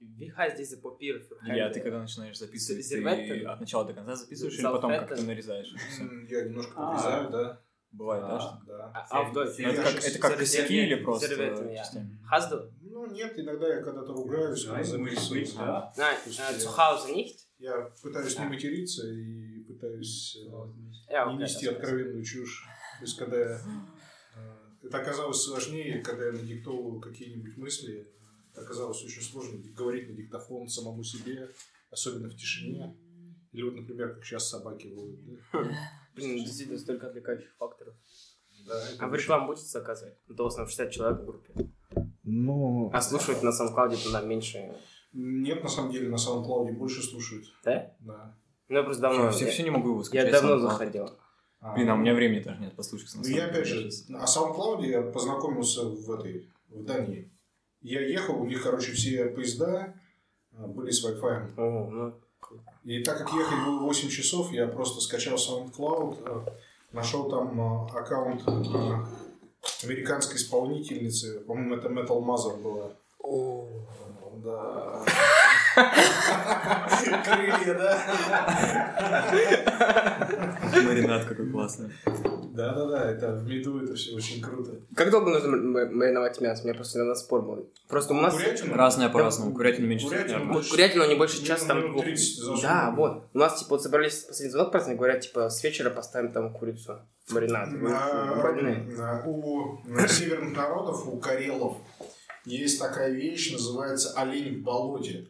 Wie heißt diese Papier für Илья, ты когда начинаешь записывать, ты от начала до конца записываешь или потом как-то нарезаешь? Я немножко подрезаю, да. Бывает, да? А в Deutsch? Это как косяки или просто частями? Hast du? Ну, нет, иногда я когда-то ругаюсь, когда записываюсь. Nein, zu Hause nicht? Я пытаюсь не материться и пытаюсь Ja, не okay, нести откровенную чушь. То есть, когда я... Это оказалось сложнее, когда я надиктовываю какие-нибудь мысли. Это оказалось очень сложно говорить на диктофон самому себе, особенно в тишине. Или вот, например, как сейчас собаки воют. Да? Блин, действительно, столько отвлекающих факторов. Да, а вы рекламу будете заказывать? Это у вас 60 человек в группе. Ну... А слушать на SoundCloud это на меньше? Нет, на самом деле, на SoundCloud больше слушают. Да? Да. Ну, я просто давно... Все не могу его скачать. Я давно заходил. Блин, а у меня времени даже нет послушать. Ну, я опять же, на SoundCloud я познакомился в Дании. Я ехал, у них, короче, все поезда были с Wi-Fi. О, ну... И так как ехать было 8 часов, я просто скачал SoundCloud, нашел там аккаунт американской исполнительницы, по-моему, это Metal Mother была. О, да. Крылья, да? Маринад какой классный. Да, это в меду, это все очень круто. как долго нужно мариновать мясо? У меня просто иногда спор был. Просто у нас... Курятину? Разное по-разному. Курятину меньше. Курятину не больше часа там... Минут 30 засунул. Да, вот. У нас, типа, вот собрались последний звонок праздник, говорят, типа, с вечера поставим там курицу. Маринад. У северных народов, у карелов, есть такая вещь, называется олень в болоте.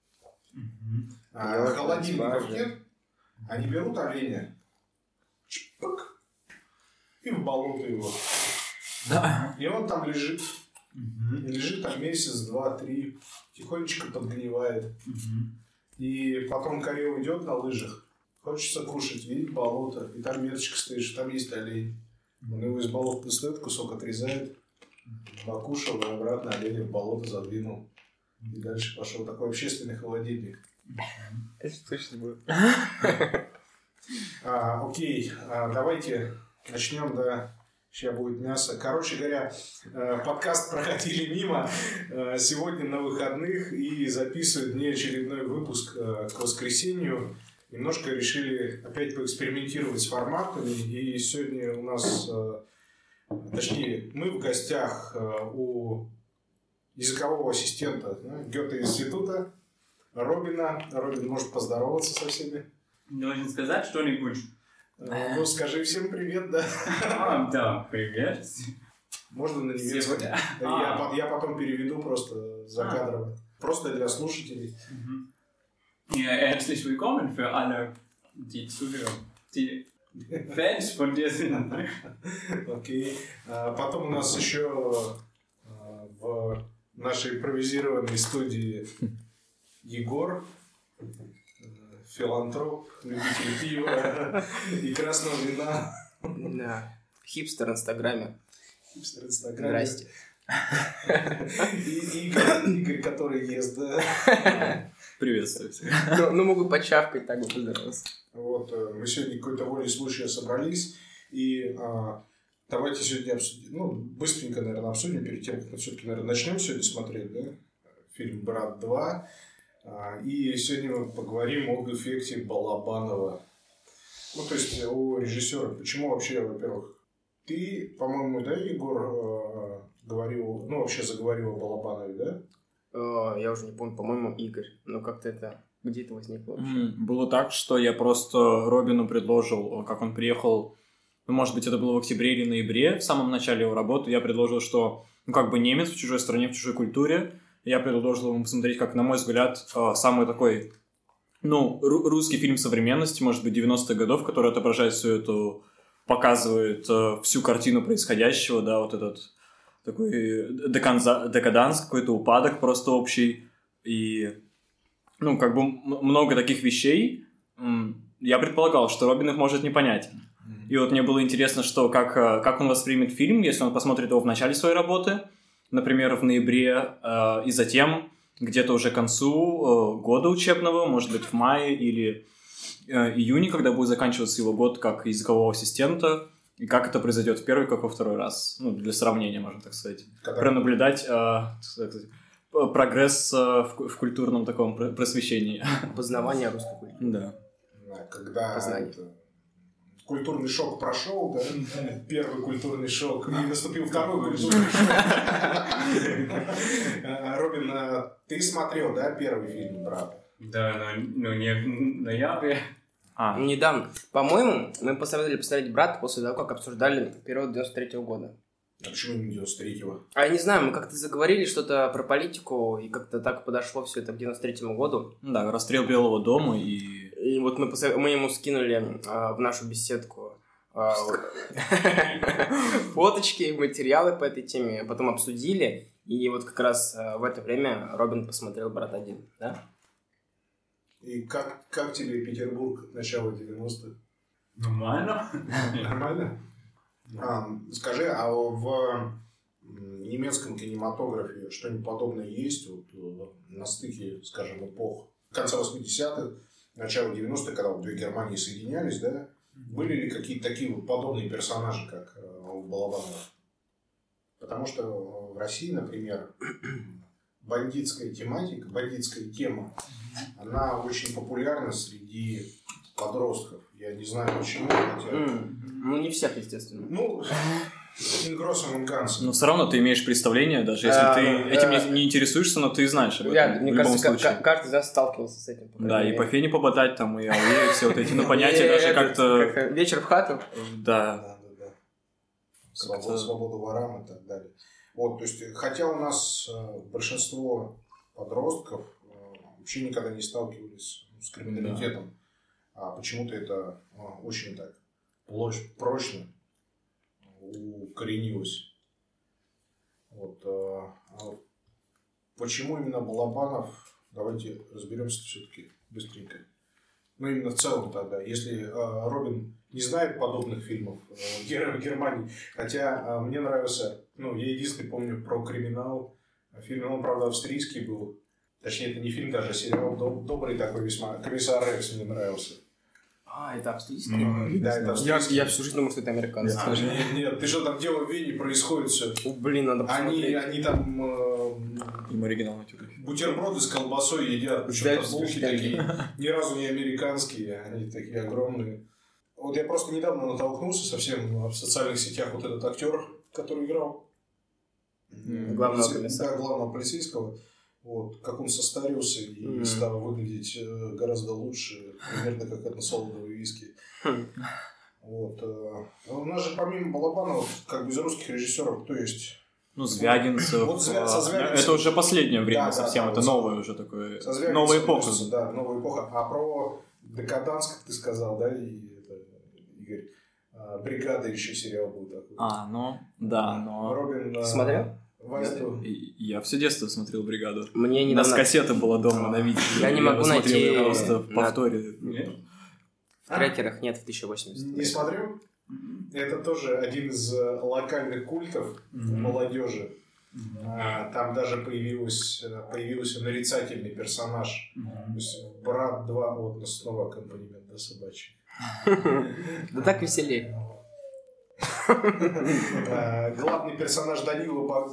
Холодильников нет, они берут оленя, чпок, и в болото его. И он там лежит. Лежит там месяц, два, три, тихонечко подгнивает. И потом карел идет на лыжах. Хочется кушать, видит болото, и там меточка стоит, что там есть олень. Он его из болота достает, кусок отрезает, покушал, и обратно оленя в болото задвинул. И дальше пошел такой общественный холодильник. Это точно будет. Окей, давайте начнем, да. Сейчас будет мясо. Короче говоря, подкаст проходили мимо сегодня на выходных и записывают неочередной выпуск к воскресенью. Немножко решили опять поэкспериментировать с форматами. И сегодня у нас, точнее, мы в гостях у языкового ассистента Гёте-института Робина. Робин может поздороваться со всеми. Должен сказать что-нибудь? Ну, скажи всем привет, да. Да, привет. Можно на немецком. Я потом переведу просто закадрово. Просто для слушателей. Herzlich willkommen für alle, die Zuhörer, die Fans von dir sind. Окей. Потом у нас еще в нашей импровизированной студии Егор, филантроп, любитель пива и красного вина. Да. Хипстер в Инстаграме. Здрасте. И Игорь, который ест, да. Приветствую всех. Ну, могу почавкать, так бы поздоровался. Вот, мы сегодня какой-то волей случая собрались, и давайте сегодня обсудим, быстренько, наверное, обсудим, перед тем, как мы все-таки, наверное, начнем сегодня смотреть, да, фильм «Брат 2». И сегодня мы поговорим об эффекте Балабанова. То есть о режиссере. Почему вообще, во-первых, ты, по-моему, да, Егор, говорил, вообще заговорил о Балабанове, да? Я уже не помню, по-моему, Игорь. Но как-то это... Где это возникло вообще? Было так, что я просто Робину предложил, как он приехал, может быть, это было в октябре или ноябре, в самом начале его работы, я предложил, что, немец в чужой стране, в чужой культуре. Я предложил ему посмотреть, как, на мой взгляд, самый такой, русский фильм современности, может быть, 90-х годов, который отображает всю эту, показывает всю картину происходящего, да, вот этот такой декаданс, какой-то упадок просто общий. И, много таких вещей. Я предполагал, что Робин их может не понять. И вот мне было интересно, что как он воспримет фильм, если он посмотрит его в начале своей работы, например, в ноябре, и затем где-то уже к концу года учебного, может быть, в мае или июне, когда будет заканчиваться его год как языкового ассистента, и как это произойдет в первый, как во второй раз. Для сравнения, можно так сказать. Пронаблюдать, прогресс в культурном таком просвещении. Познавание русской культуры. Да. Когда Познание. культурный шок прошел, да, первый культурный шок, и наступил второй культурный шок. Робин, ты смотрел, да, первый фильм «Брата»? Да, но не в ноябре. Недавно. По-моему, мы посоветовали посмотреть «Брат» после того, как обсуждали период 93-го года. А почему не 93-го? А я не знаю, мы как-то заговорили что-то про политику, и как-то так подошло все это к 93-му году. Да, расстрел Белого дома и... И вот мы ему скинули в нашу беседку фоточки, материалы по этой теме, потом обсудили, и вот как раз в это время Робин посмотрел «Брат 1», да? И как тебе Петербург начала 90-х? Нормально. Нормально? Скажи, а в немецком кинематографе что-нибудь подобное есть вот, на стыке, скажем, эпох конца 80-х, начала 90-х, когда вот две Германии соединялись, да? Были ли какие-то такие вот подобные персонажи, как у Балабанова? Потому что в России, например, бандитская тема, она очень популярна среди подростков. Я не знаю почему, хотя... Ну, не всех, естественно. Ну, Ингроссом и Гансом. Но все равно ты имеешь представление, даже если ты этим не интересуешься, но ты знаешь об этом. Мне кажется, каждый из нас сталкивался с этим. Да, и по фене пободать, там, и ауе, и все вот эти понятия даже как-то... Вечер в хату. Да. Свободу ворам и так далее. Вот, то есть, хотя у нас большинство подростков вообще никогда не сталкивались с криминалитетом, а почему-то это очень так прочно укоренилось. Вот, почему именно Балабанов? Давайте разберемся все-таки быстренько. Ну, именно в целом тогда. Если Робин не знает подобных фильмов в Германии, хотя мне нравился, ну, я единственный помню про криминал. Фильм, он, правда, австрийский был. Точнее, это не фильм, даже сериал добрый такой весьма. «Комиссар Рекс» мне нравился. Это австрийский? Да, это австрийский. Я всю жизнь думал, что это американский. Нет, ты что, там дело в Вене происходит все. Блин, надо посмотреть. Они там Им оригинал натюрили. бутерброды с колбасой едят. Причем там булки такие, ни разу не американские, они такие огромные. Вот я просто недавно натолкнулся совсем в социальных сетях вот этот актер, который играл главного комиссара. Да, главного полицейского. Вот, как он состарился и стал выглядеть гораздо лучше, примерно как односолодовые виски. Вот. У нас же помимо Балабанова, как бы из русских режиссеров, кто есть? Ну, Звягинцев. Вот со Звягинцевым. Это уже последнее время Да, совсем, да, это вот новое уже такое. Новая эпоха. Да, новая эпоха. А про Декаданс, как ты сказал, да, и это, Игорь, «Бригада» еще сериал был такой. Но... Робин... Смотрел? Я все детство смотрел «Бригаду». Мне У нас кассета была дома на видео. Я не могу найти... просто в повторе. В трекерах нет в 1080. Не смотрел? Это тоже один из локальных культов молодежи. Там даже появился нарицательный персонаж. То есть «Брат 2», вот снова аккомпанемент, да, собачий. Да так веселее. Главный персонаж Данила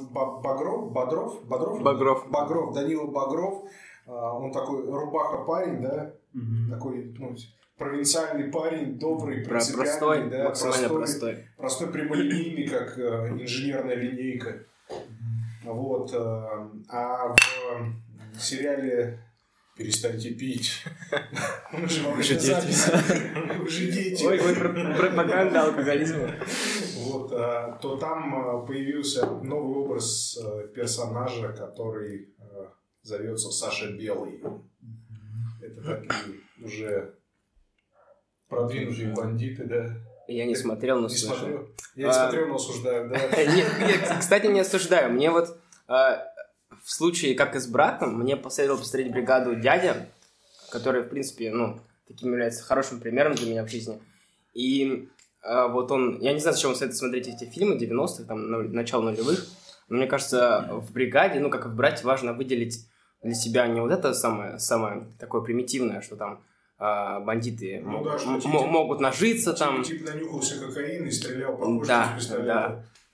Багров. Данила Багров. Он такой рубаха-парень, да? Такой, ну, провинциальный парень, добрый, простой, да, максимально простой. Простой, прямолинейный, как инженерная линейка. Вот. А в сериале «Перестаньте пить». Вы же дети. Ой, пропаганда алкоголизма. Вот, то там появился новый образ персонажа, который зовется Саша Белый. Это такие уже продвинутые бандиты, да? Я не смотрел, но Не слышал. смотрел? Я не смотрел, но осуждаю, да? Нет, кстати, не осуждаю. Мне вот в случае, как и с «Братом», мне посоветовал посмотреть «Бригаду» дядя, который, в принципе, ну, таким является хорошим примером для меня в жизни. И вот он... Я не знаю, зачем он советует смотреть эти фильмы 90-х, там, начало нулевых, но мне кажется, в «Бригаде», ну, как и в «Брате», важно выделить для себя не вот это самое такое примитивное, что там бандиты могут нажиться там. Тип нанюхался кокаин и стрелял по коже из пистолета. Да.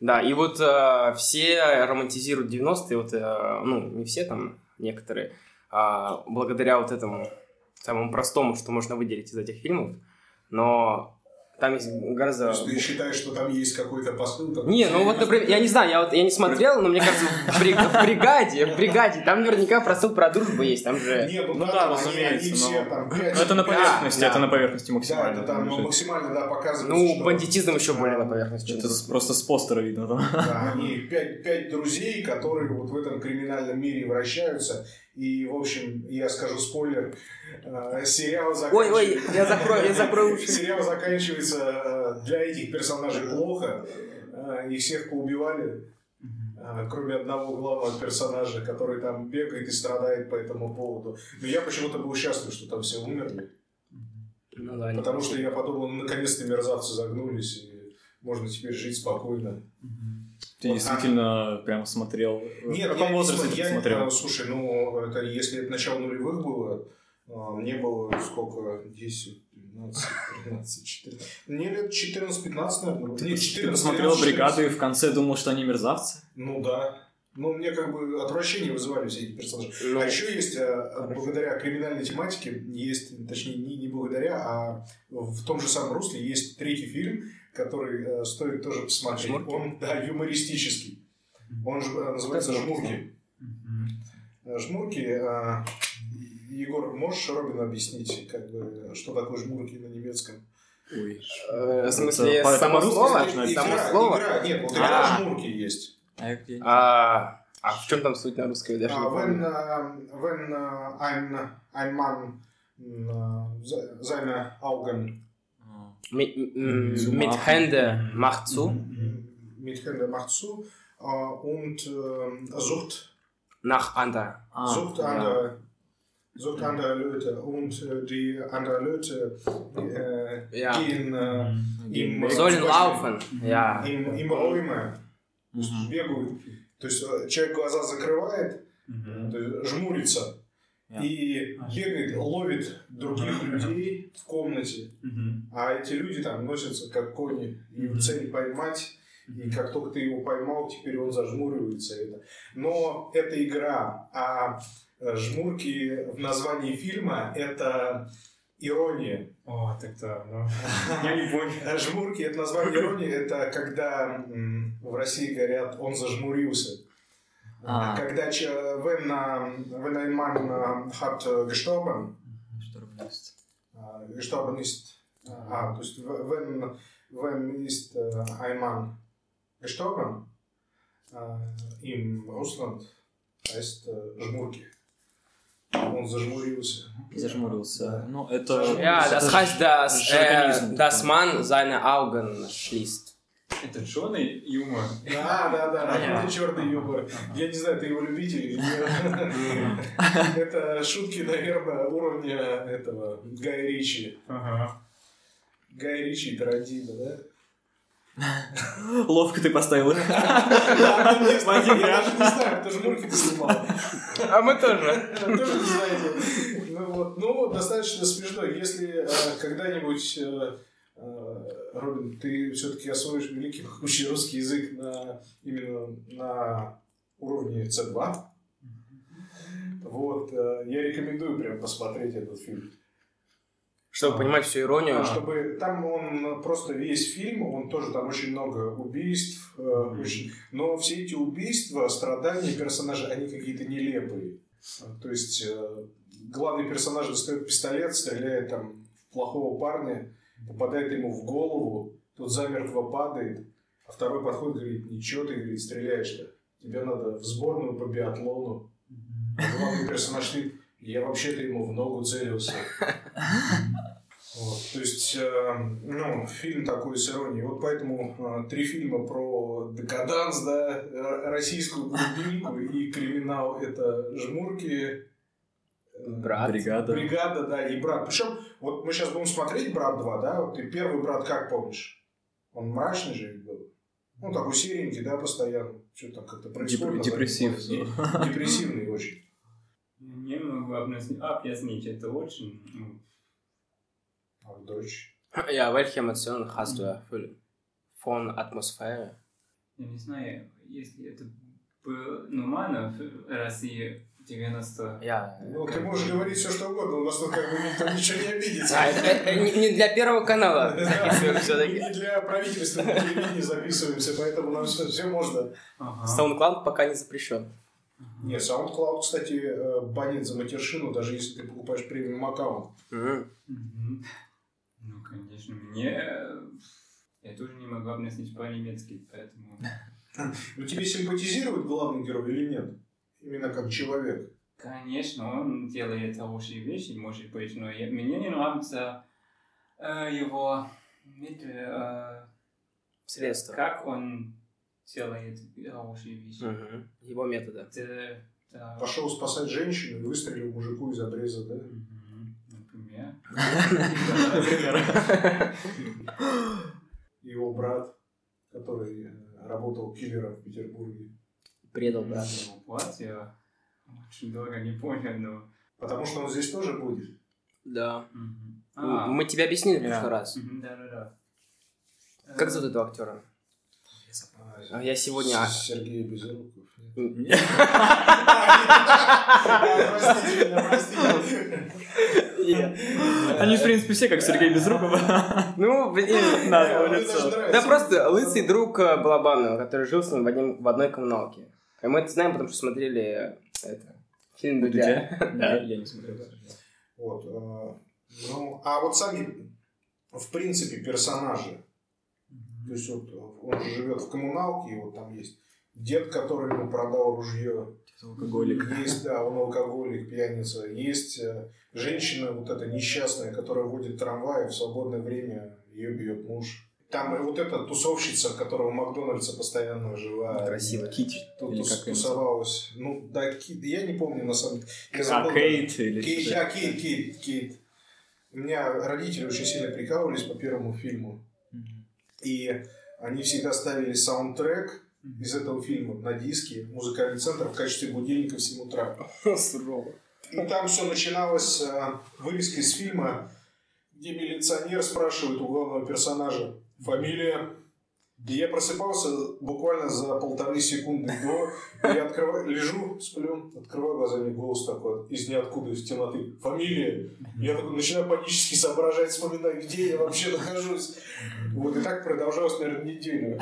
Да, и вот все романтизируют 90-е, вот, ну, не все там, некоторые, благодаря вот этому самому простому, что можно выделить из этих фильмов, но там есть гораздо... То есть ты считаешь, что там есть какой-то посыл? Не, ну вот, например, я не знаю, я не смотрел, но мне кажется, в бригаде, там наверняка посыл про дружбу есть, там же... Не, Ну да, разумеется, но это на поверхности, это на поверхности Да, максимально. это там максимально, да, показывается, Ну, что... бандитизм еще более на поверхности. Это просто с постера видно. Да, они 5 друзей, которые вот в этом криминальном мире вращаются. И, в общем, я скажу спойлер, сериал заканчивается... Ой, я закрою уши. Сериал заканчивается для этих персонажей плохо. Их всех поубивали, кроме одного главного персонажа, который там бегает и страдает по этому поводу. Но я почему-то был счастлив, что там все умерли. Ну, да, Потому что я подумал, наконец-то мерзавцы загнулись, и можно теперь жить спокойно. Ты действительно прям смотрел? Нет, в каком возрасте ты смотрел? Слушай, ну, это, если это начало нулевых было, мне было сколько? 10, 12, 13, 14. Мне лет 14-15, наверное. Нет, 14. Ты посмотрел «Бригаду» и в конце думал, что они мерзавцы? Ну да. Ну, мне как бы отвращение вызывали все эти персонажи. Ну, а еще есть, благодаря криминальной тематике, есть, точнее, не благодаря, а в том же самом русле есть третий фильм, который стоит тоже посмотреть. «Жмурки»? Он, да, юмористический. Он же называется «Жмурки». «Жмурки». Егор, можешь Робину объяснить, как бы, что такое «Жмурки» на немецком? Ой. В смысле, само слово? Игра, нет, вот игра «Жмурки» есть. А в чем там суть на русском? Я даже не помню. Wenn ein Mann seine Augen Mit Hände macht zu. Mit Hände macht zu und sucht Nach anderen. Sucht andere Leute und die anderen Leute gehen im Sollen laufen. Ja. Im Räume бегают. То есть человек глаза закрывает, то есть жмурится и бегает, ловит других людей в комнате. А эти люди там носятся как кони. И цель поймать. И как только ты его поймал, теперь он зажмуривается. Но это игра. А жмурки в названии фильма — это ирония. О, так-то, ну, я не понял. Жмурки — это название иронии. Это когда в России говорят «он зажмурился». Когда wenn ein Mann hat gestorben ist, то есть wenn ist ein Mann gestorben in Russland, heißt Жмурки. Он зажмурился. Зажмурился. Ну, это... Ja, das heißt, dass man seine Augen schließt. Это черный юмор. Да, это черный юмор. Я не знаю, ты его любитель или нет. Это шутки, наверное, уровня этого Гая Ричи. Гай Ричи и Тарантино, да? Ловко ты поставил. Я даже не знаю, это жмурки ты снимал. А мы тоже. Тоже не знаете. Ну вот, достаточно смешно. Если когда-нибудь, Робин, ты все-таки освоишь великий могучий русский язык именно на уровне C2, вот, я рекомендую прям посмотреть этот фильм. Чтобы понимать всю иронию. Чтобы там он просто весь фильм, он тоже там очень много убийств, но все эти убийства, страдания персонажей, они какие-то нелепые. То есть главный персонаж достает пистолет, стреляет там в плохого парня, попадает ему в голову, тот замертво падает, а второй подходит и говорит: ничего ты, говорит, стреляешь-то, тебе надо в сборную по биатлону. А главный персонаж говорит: я вообще-то ему в ногу целился. Вот, то есть, фильм такой с иронией. Вот поэтому 3 фильма про декаданс, да, российскую глубинку и криминал — это «Жмурки», «Бригада», да, и «Брат». Причем, вот мы сейчас будем смотреть «Брат 2», да, вот ты первый «Брат» как помнишь? Он мрачный же был. Ну, такой серенький, да, постоянно. Что-то там как-то происходит. Депрессивный очень. Не могу объяснить, это очень... Auf Deutsch. Ja, welche Emotionen hast du erfüllt? Von Atmosphäre? я не знаю, если это было нормально в России 90. Ну, ты можешь говорить все, что угодно, у нас тут как бы никто ничего не обидится. Это не для Первого канала. Не для правительственного телевидения записываемся, поэтому нам все можно. SoundCloud пока не запрещен. Не, SoundCloud, кстати, банит за матершину, даже если ты покупаешь премиум аккаунт. Ну, конечно, я тоже не могу объяснить по-немецки, поэтому... Ну, тебе симпатизирует главный герой или нет? Именно как человек. Конечно, он делает хорошие вещи, может быть, но мне не нравится его Средства. как он делает хорошие вещи. Его методы. Да. Пошел спасать женщину и выстрелил мужику из обреза, да? Например. Его брат, который работал киллером в Петербурге. Предал брата. Его платье очень долго не понял, но... Потому что он здесь тоже будет. Да. Мы тебе объяснили в прошлый раз. Да. Как зовут этого актера? Я сегодня... Сергей Безруков. Они, в принципе, все как Сергей Безруков. Ну, блин, да просто лысый друг Балабанова, который жил с ним в одной коммуналке. И мы это знаем, потому что смотрели фильм Дудя. Да, я не смотрел. Вот. Ну, а вот сами, в принципе, персонажи. То есть вот он же живет в коммуналке, и вот там есть дед, который ему продал ружье. Алкоголик. Есть, да, он алкоголик, пьяница. Есть женщина вот эта несчастная, которая водит трамвай, в свободное время ее бьет муж. Там вот эта тусовщица, которая в Макдональдсе постоянно жила. Красиво. Кити. Тут тусовалась. Ну, да, Кит, я не помню на самом деле. Кейт или что-то. Кейт. У меня родители очень сильно прикалывались по первому фильму. И они всегда ставили саундтрек из этого фильма на диске, музыкальный центр в качестве будильника в 7 утра. Сурово. И там все начиналось с вырезки из фильма, где милиционер спрашивает у главного персонажа фамилия. И я просыпался буквально за 1,5 секунды до. Я лежу, сплю, открываю глаза, и голос такой из ниоткуда, из темноты. Фамилия. Я такой начинаю панически соображать, вспоминать, где я вообще нахожусь. Вот, и так продолжалось, наверное, неделю.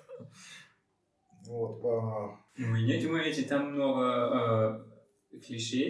Вот. Вы не думаете, там много клише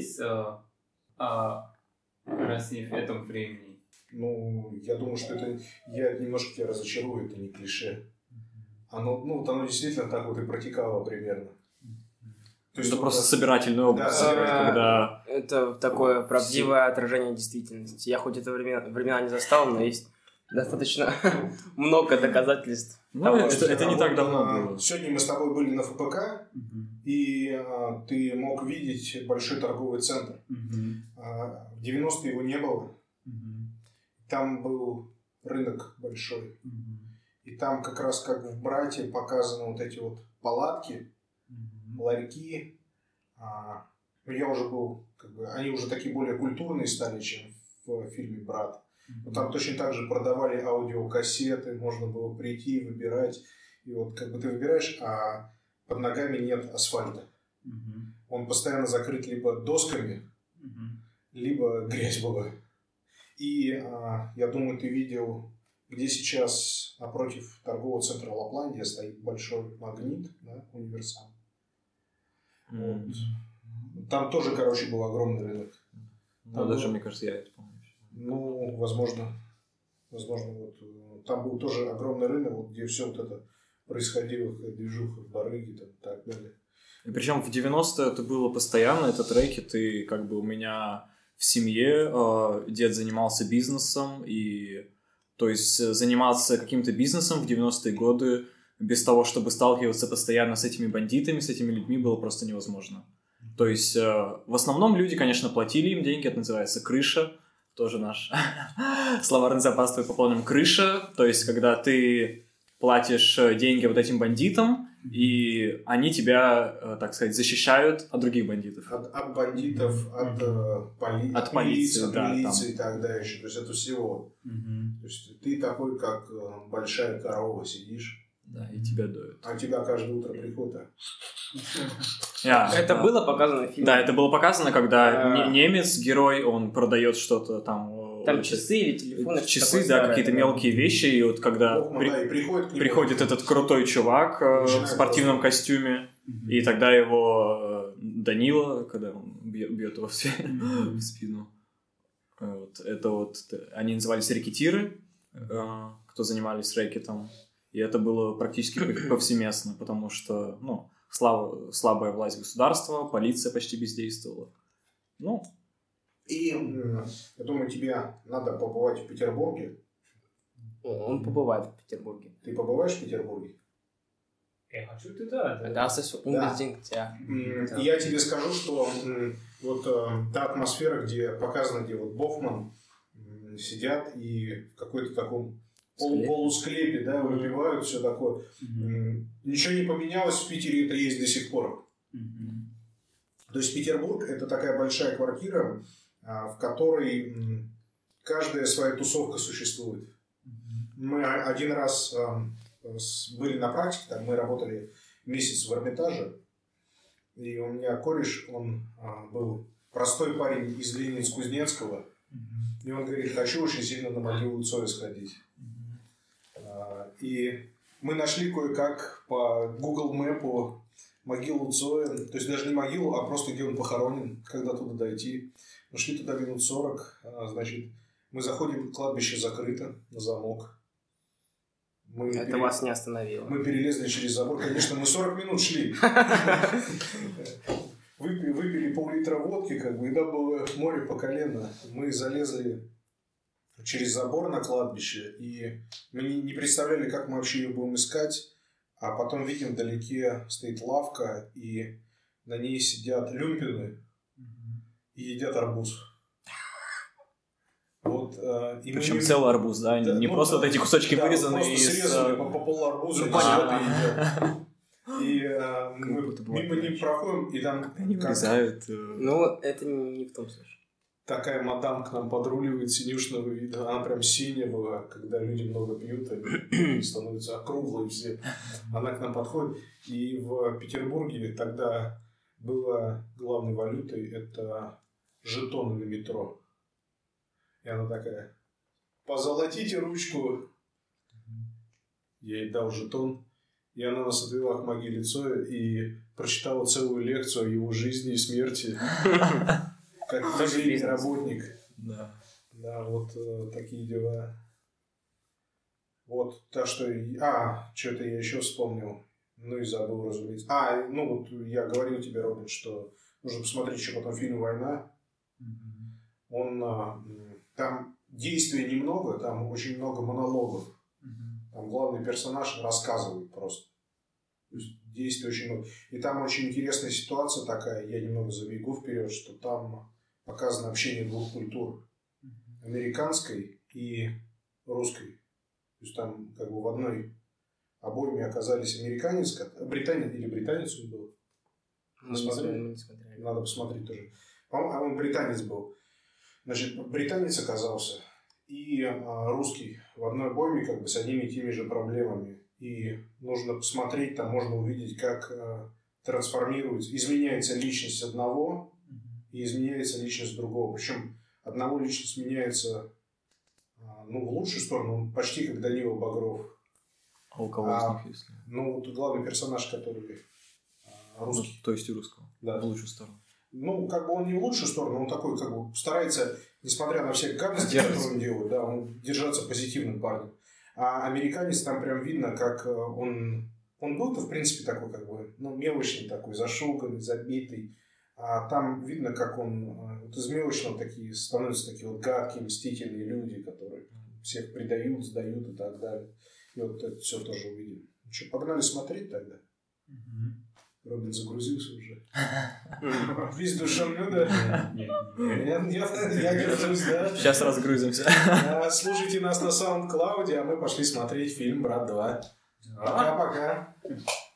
о России в этом времени? Ну, я думаю, что это... Я немножко тебя разочарую, это не клише. Оно действительно так вот и протекало примерно. То есть это просто собирательный образ. Да, это такое правдивое отражение действительности. Я хоть это времена не застал, но есть достаточно много доказательств. Ну, это не так давно было. Сегодня мы с тобой были на ФПК, и ты мог видеть большой торговый центр. В 90-е его не было. Там был рынок большой. И там как раз как в «Брате» показаны вот эти вот палатки, ларьки. Я уже был, они уже такие более культурные стали, чем в фильме «Брат». Но там точно так же продавали аудиокассеты, можно было прийти, выбирать. И вот как бы ты выбираешь, а под ногами нет асфальта. Он постоянно закрыт либо досками, либо грязь была. И я думаю, ты видел, где сейчас напротив торгового центра Лапландия стоит большой магнит, да, универсам. Вот. Там тоже, был огромный рынок. Ну, даже, мне кажется, я это помню. Ну, возможно, вот, там был тоже огромный рынок, вот, где все вот это происходило, движуха, барыги и так далее. И причем в 90-е это было постоянно, это треки, ты у меня в семье, дед занимался бизнесом, и то есть заниматься каким-то бизнесом в 90-е годы без того, чтобы сталкиваться постоянно с этими бандитами, с этими людьми, было просто невозможно. То есть в основном люди, конечно, платили им деньги, это называется крыша, тоже наш словарный запас твой пополним. Крыша, то есть когда ты платишь деньги вот этим бандитам, и они тебя, так сказать, защищают от других бандитов. От бандитов, от полиции, да, милиции и так дальше. То есть это всего. То есть ты такой, как большая корова, сидишь Да, и тебя доют. А тебя каждое утро приходит. Это было показано в фильме? Да, это было показано, когда немец, герой, он продает что-то там... Там часы или телефоны. Часы, да, какие-то мелкие вещи. И вот когда приходит этот крутой чувак в спортивном костюме, и тогда его Данила, когда он бьет его в спину, вот, это вот... Они назывались рэкетиры, кто занимались рэкетом. И это было практически повсеместно, потому что, ну, слабая власть государства, полиция почти бездействовала. Ну. И я думаю, тебе надо побывать в Петербурге. Он побывает в Петербурге. Ты побываешь в Петербурге? Я хочу туда. Das ist unbedingt, ja. И я тебе скажу, что вот та атмосфера, где показано, где вот Бофман сидят и в какой-то таком полусклепе, да, выпивают, все такое. Ничего не поменялось в Питере, это есть до сих пор. То есть Петербург — это такая большая квартира, в которой каждая своя тусовка существует. Мы один раз были на практике, там мы работали месяц в Эрмитаже, и у меня кореш, он был простой парень из Ленинск-Кузнецкого, и он говорит: хочу очень сильно на могилу Цоя сходить. И мы нашли кое-как по Google Map'у могилу Цоя, то есть даже не могилу, а просто где он похоронен, когда туда дойти. Мы шли туда минут 40, значит, мы заходим, кладбище закрыто на замок. Вас не остановило. Мы перелезли через забор, конечно, мы 40 минут шли. Выпили пол-литра водки, как бы, и там было море по колено. Мы залезли через забор на кладбище, и мы не представляли, как мы вообще ее будем искать. А потом видим, вдалеке стоит лавка, и на ней сидят люмпины и едят арбуз. Вот, и причем целый арбуз, да? Не просто вот эти кусочки вырезанные просто срезали по поларбузу, едят. И мы мимо них проходим, и там... Они вырезают... Ну, это не в том случае. Такая мадам к нам подруливает синюшного вида. Она прям синяя была, когда люди много пьют, они становятся округлые все. Она к нам подходит. И в Петербурге тогда была главной валютой это жетоны на метро. И она такая: позолотите ручку. Я ей дал жетон. И она нас отвела к могиле Цоя и прочитала целую лекцию о его жизни и смерти. Как музейный работник. Да. Да, вот такие дела. Вот, так что... что-то я еще вспомнил. Ну и забыл, разумеется. Вот я говорил тебе, Робин, что нужно посмотреть еще потом фильм «Война». Он... там действия немного, там очень много монологов. Там главный персонаж рассказывает просто. То есть действий очень много. И там очень интересная ситуация такая, я немного забегу вперед, что там показано общение двух культур. Американской и русской. То есть там как бы в одной обойме оказались американец, британец он был. Мы не смотрели. Надо посмотреть тоже. По-моему, британец был. Значит, британец оказался и русский в одной обойме как бы с одними и теми же проблемами. И нужно посмотреть, там можно увидеть, как трансформируется, изменяется личность одного и изменяется личность другого. Причем одного личность меняется в лучшую сторону, он почти как Данила Багров. А у кого из них, если? Вот главный персонаж, который русский. То есть и русского. Да. В лучшую сторону. Как бы он не в лучшую сторону, он такой как бы старается, несмотря на все гадости, которые он делает, да, он держаться позитивным парнем. А американец там прям видно, как он был-то в принципе такой как бы, мелочный такой, зашуганный, забитый. А там видно, как он вот из мелочного такие становятся такие вот гадкие, мстительные люди, которые всех предают, сдают и так далее. И вот это все тоже увидим. Что, погнали смотреть тогда? Робин загрузился уже. Весь душевный, да? Нет, я держусь, да? Сейчас разгрузимся. Слушайте нас на SoundCloud, а мы пошли смотреть фильм «Брат 2». Пока-пока.